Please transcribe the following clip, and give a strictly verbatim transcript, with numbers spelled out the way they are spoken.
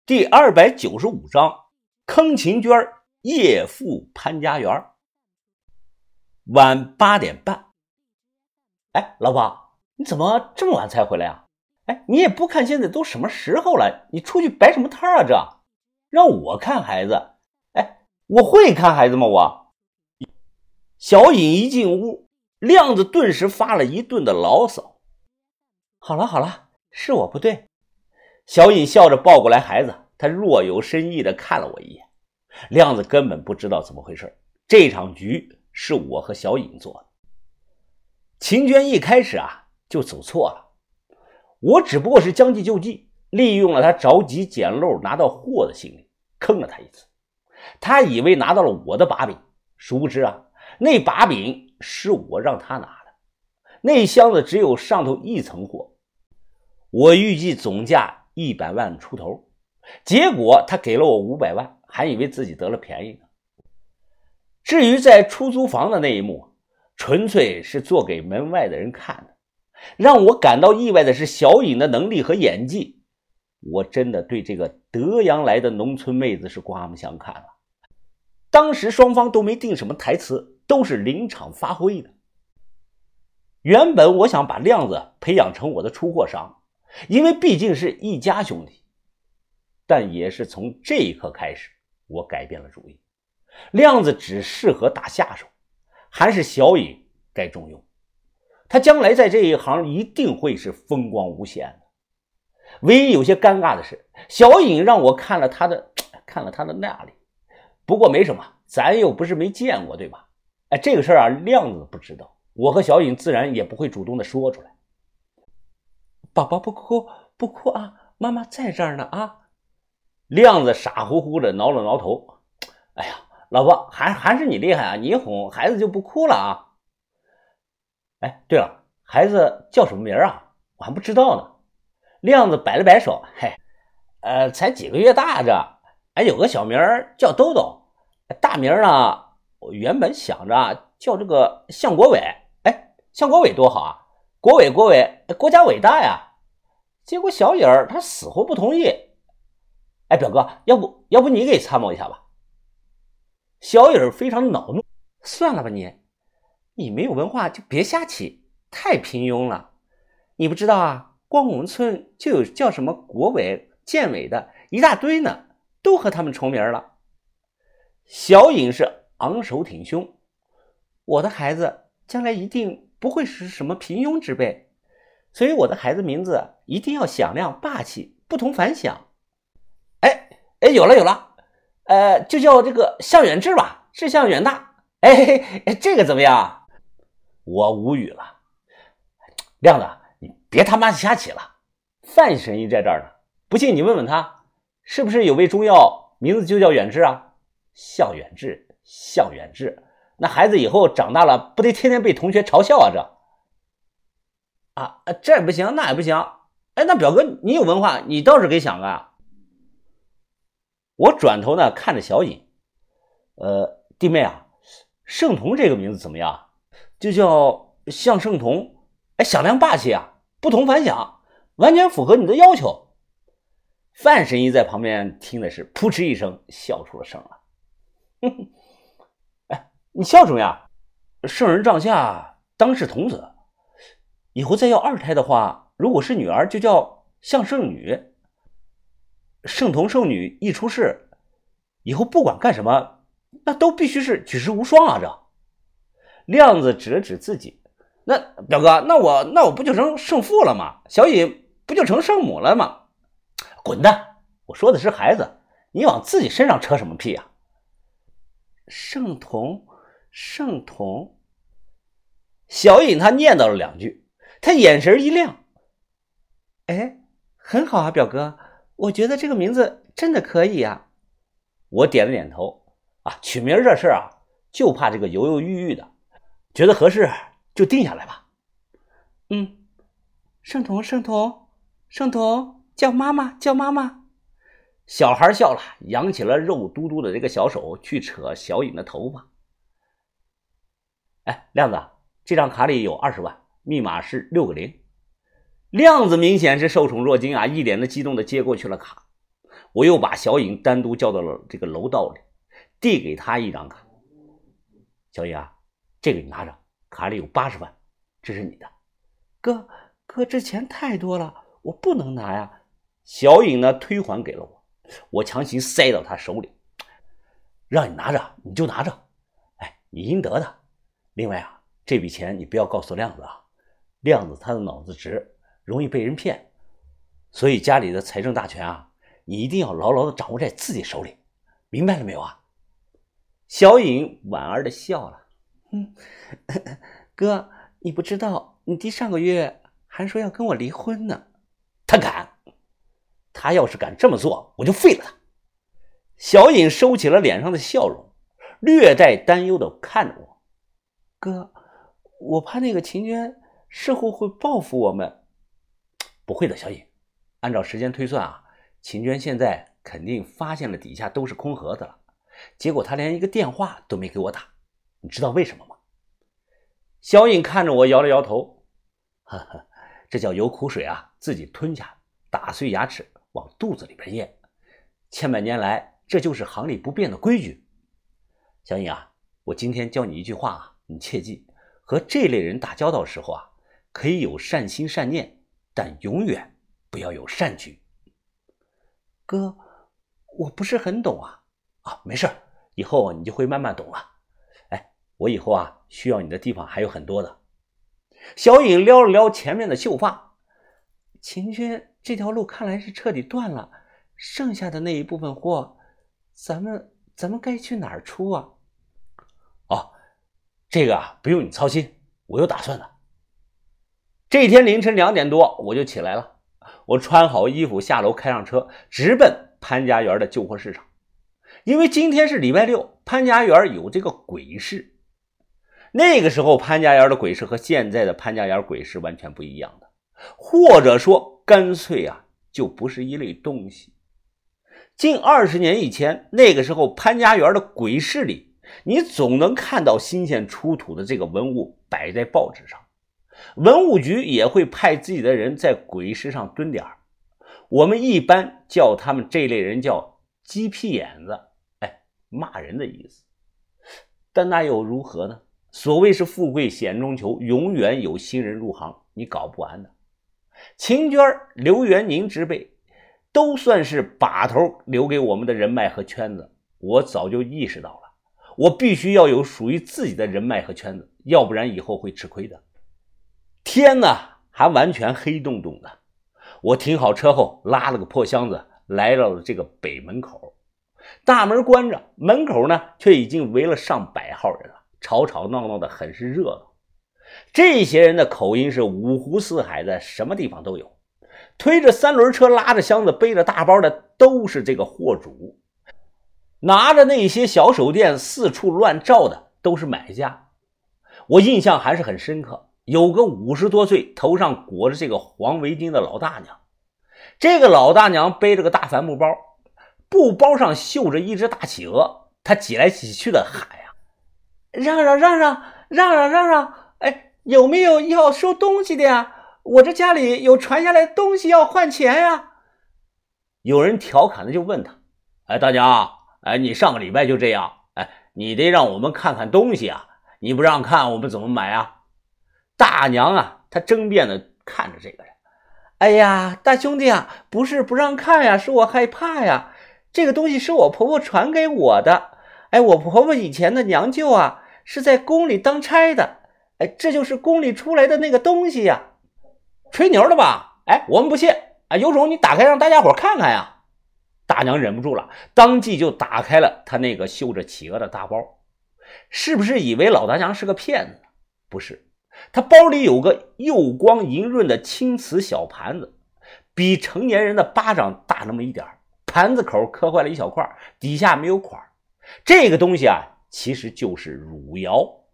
第二百九十五章坑秦娟夜赴潘家园。晚八点半。哎，老婆，你怎么这么晚才回来啊？哎，你也不看现在都什么时候了，你出去摆什么摊啊？这让我看孩子？哎，我会看孩子吗？我。小颖一进屋，亮子顿时发了一顿的牢骚。好了好了，是我不对。小颖笑着抱过来孩子，他若有深意地看了我一眼。亮子根本不知道怎么回事，这场局是我和小颖做的。秦娟一开始啊就走错了，我只不过是将计就计，利用了他着急捡漏拿到货的心理，坑了他一次。他以为拿到了我的把柄，殊不知啊，那把柄是我让他拿的。那箱子只有上头一层货，我预计总价一百万出头，结果他给了我五百万，还以为自己得了便宜呢。至于在出租房的那一幕，纯粹是做给门外的人看的。让我感到意外的是小颖的能力和演技，我真的对这个德阳来的农村妹子是刮目相看了。当时双方都没定什么台词，都是临场发挥的。原本我想把亮子培养成我的出货商，因为毕竟是一家兄弟，但也是从这一刻开始，我改变了主意。亮子只适合打下手，还是小颖该重用。他将来在这一行一定会是风光无限的。唯一有些尴尬的是，小颖让我看了他的看了他的那里。不过没什么，咱又不是没见过，对吧？哎，这个事儿啊，亮子不知道，我和小颖自然也不会主动的说出来。宝宝不哭不哭啊，妈妈在这儿呢啊。亮子傻乎乎的挠了挠头。哎呀，老婆，还还是你厉害啊，你一哄孩子就不哭了啊。哎，对了，孩子叫什么名啊？我还不知道呢。亮子摆了摆手，嘿，呃，才几个月大这，哎，有个小名叫兜兜，大名呢，我原本想着叫这个向国伟，哎，向国伟多好啊，国伟国伟，国家伟大呀。结果小颖儿他死活不同意。哎，表哥，要不要不你给参谋一下吧？小颖儿非常恼怒，算了吧你，你没有文化就别瞎起，太平庸了。你不知道啊，光我们村就有叫什么国伟、建伟的一大堆呢，都和他们重名了。小颖是昂首挺胸，我的孩子将来一定不会是什么平庸之辈，所以我的孩子名字一定要响亮霸气，不同凡响。哎哎，有了有了，呃，就叫这个向远志吧，志向远大。哎，哎这个怎么样？我无语了。亮子，你别他妈瞎起了。范神医在这儿呢，不信你问问他，是不是有味中药名字就叫远志啊？向远志，向远志，那孩子以后长大了不得天天被同学嘲笑啊这。啊，这也不行，那也不行。哎，那表哥你有文化，你倒是给想啊。我转头呢看着小颖，呃，弟妹啊，盛彤这个名字怎么样？就叫向盛彤，哎，响亮霸气啊，不同凡响，完全符合你的要求。范神医在旁边听的是噗嗤一声，笑出了声来。哎，你笑什么呀？圣人帐下当是童子，以后再要二胎的话，如果是女儿就叫向圣女。圣童圣女一出世，以后不管干什么，那都必须是举世无双啊！这亮子指了指自己，那表哥，那我那我不就成圣父了吗？小颖不就成圣母了吗？滚蛋！我说的是孩子，你往自己身上扯什么屁啊？圣童，圣童。小颖她念叨了两句，她眼神一亮。哎，很好啊，表哥。我觉得这个名字真的可以啊。我点了点头啊，取名这事啊，就怕这个犹犹豫豫的，觉得合适就定下来吧。嗯，圣童圣童圣童，叫妈妈叫妈妈。小孩笑了，扬起了肉嘟嘟的这个小手去扯小颖的头发。哎，亮子，这张卡里有二十万，密码是六个零。亮子明显是受宠若惊啊，一脸的激动的接过去了卡。 我又把小颖单独叫到了这个楼道里，递给他一张卡。小颖啊，这个你拿着，卡里有八十万，这是你的。 哥，哥，这钱太多了，我不能拿呀。 小颖呢，推还给了我，我强行塞到他手里，让你拿着你就拿着，哎，你应得的。另外啊，这笔钱你不要告诉亮子啊，亮子他的脑子直，容易被人骗，所以家里的财政大权啊，你一定要牢牢的掌握在自己手里，明白了没有啊？小颖婉儿的笑了， 嗯，哥，你不知道，你弟上个月还说要跟我离婚呢。 他敢？他要是敢这么做，我就废了他。小颖收起了脸上的笑容，略带担忧的看着我。 哥，我怕那个秦娟事后会报复我们。 不会的，小颖，按照时间推算啊，秦娟现在肯定发现了底下都是空盒子了，结果她连一个电话都没给我打，你知道为什么吗？小颖看着我摇了摇头，呵呵，这叫有苦水啊自己吞下，打碎牙齿往肚子里边咽，千百年来这就是行里不变的规矩。小颖啊，我今天教你一句话啊，你切记，和这类人打交道的时候啊，可以有善心善念，但永远不要有善举。 哥，我不是很懂啊。 啊，没事，以后你就会慢慢懂了。哎，我以后啊需要你的地方还有很多的。小颖撩了撩前面的秀发， 秦娟这条路看来是彻底断了，剩下的那一部分货，咱们咱们该去哪儿出啊？ 哦，这个啊不用你操心，我有打算的。这天凌晨两点多我就起来了，我穿好衣服下楼开上车，直奔潘家园的旧货市场。因为今天是礼拜六，潘家园有这个鬼市。那个时候潘家园的鬼市和现在的潘家园鬼市完全不一样的，或者说干脆啊就不是一类东西。近二十年以前，那个时候潘家园的鬼市里，你总能看到新鲜出土的这个文物摆在报纸上，文物局也会派自己的人在鬼市上蹲点，我们一般叫他们这类人叫鸡屁眼子，哎，骂人的意思。但那又如何呢？所谓是富贵险中求，永远有新人入行，你搞不完的。秦娟、刘元宁之辈都算是把头留给我们的人脉和圈子，我早就意识到了，我必须要有属于自己的人脉和圈子，要不然以后会吃亏的。天呢还完全黑洞洞的，我停好车后拉了个破箱子来到了这个北门口，大门关着，门口呢却已经围了上百号人了，吵吵闹闹的很是热闹。这些人的口音是五湖四海的，什么地方都有，推着三轮车拉着箱子背着大包的都是这个货主，拿着那些小手电四处乱照的都是买家。我印象还是很深刻，有个五十多岁头上裹着这个黄围巾的老大娘，这个老大娘背着个大帆布包，布包上绣着一只大企鹅，她挤来挤去的喊呀： 让让让让让让让让，哎，有没有要收东西的呀？我这家里有传下来的东西要换钱呀。 有人调侃的就问他：哎，大娘，哎，你上个礼拜就这样，哎，你得让我们看看东西啊，你不让看我们怎么买啊？大娘啊，她争辩的看着这个人： 哎呀，大兄弟啊，不是不让看呀，是我害怕呀。这个东西是我婆婆传给我的，哎，我婆婆以前的娘舅啊是在宫里当差的，哎，这就是宫里出来的那个东西呀。 吹牛的吧？哎，我们不信，哎，有种你打开让大家伙看看呀。大娘忍不住了，当即就打开了她那个绣着企鹅的大包。是不是以为老大娘是个骗子？不是，她包里有个又光莹润的青瓷小盘子，比成年人的巴掌大那么一点，盘子口磕坏了一小块，底下没有款。这个东西啊，其实就是汝窑。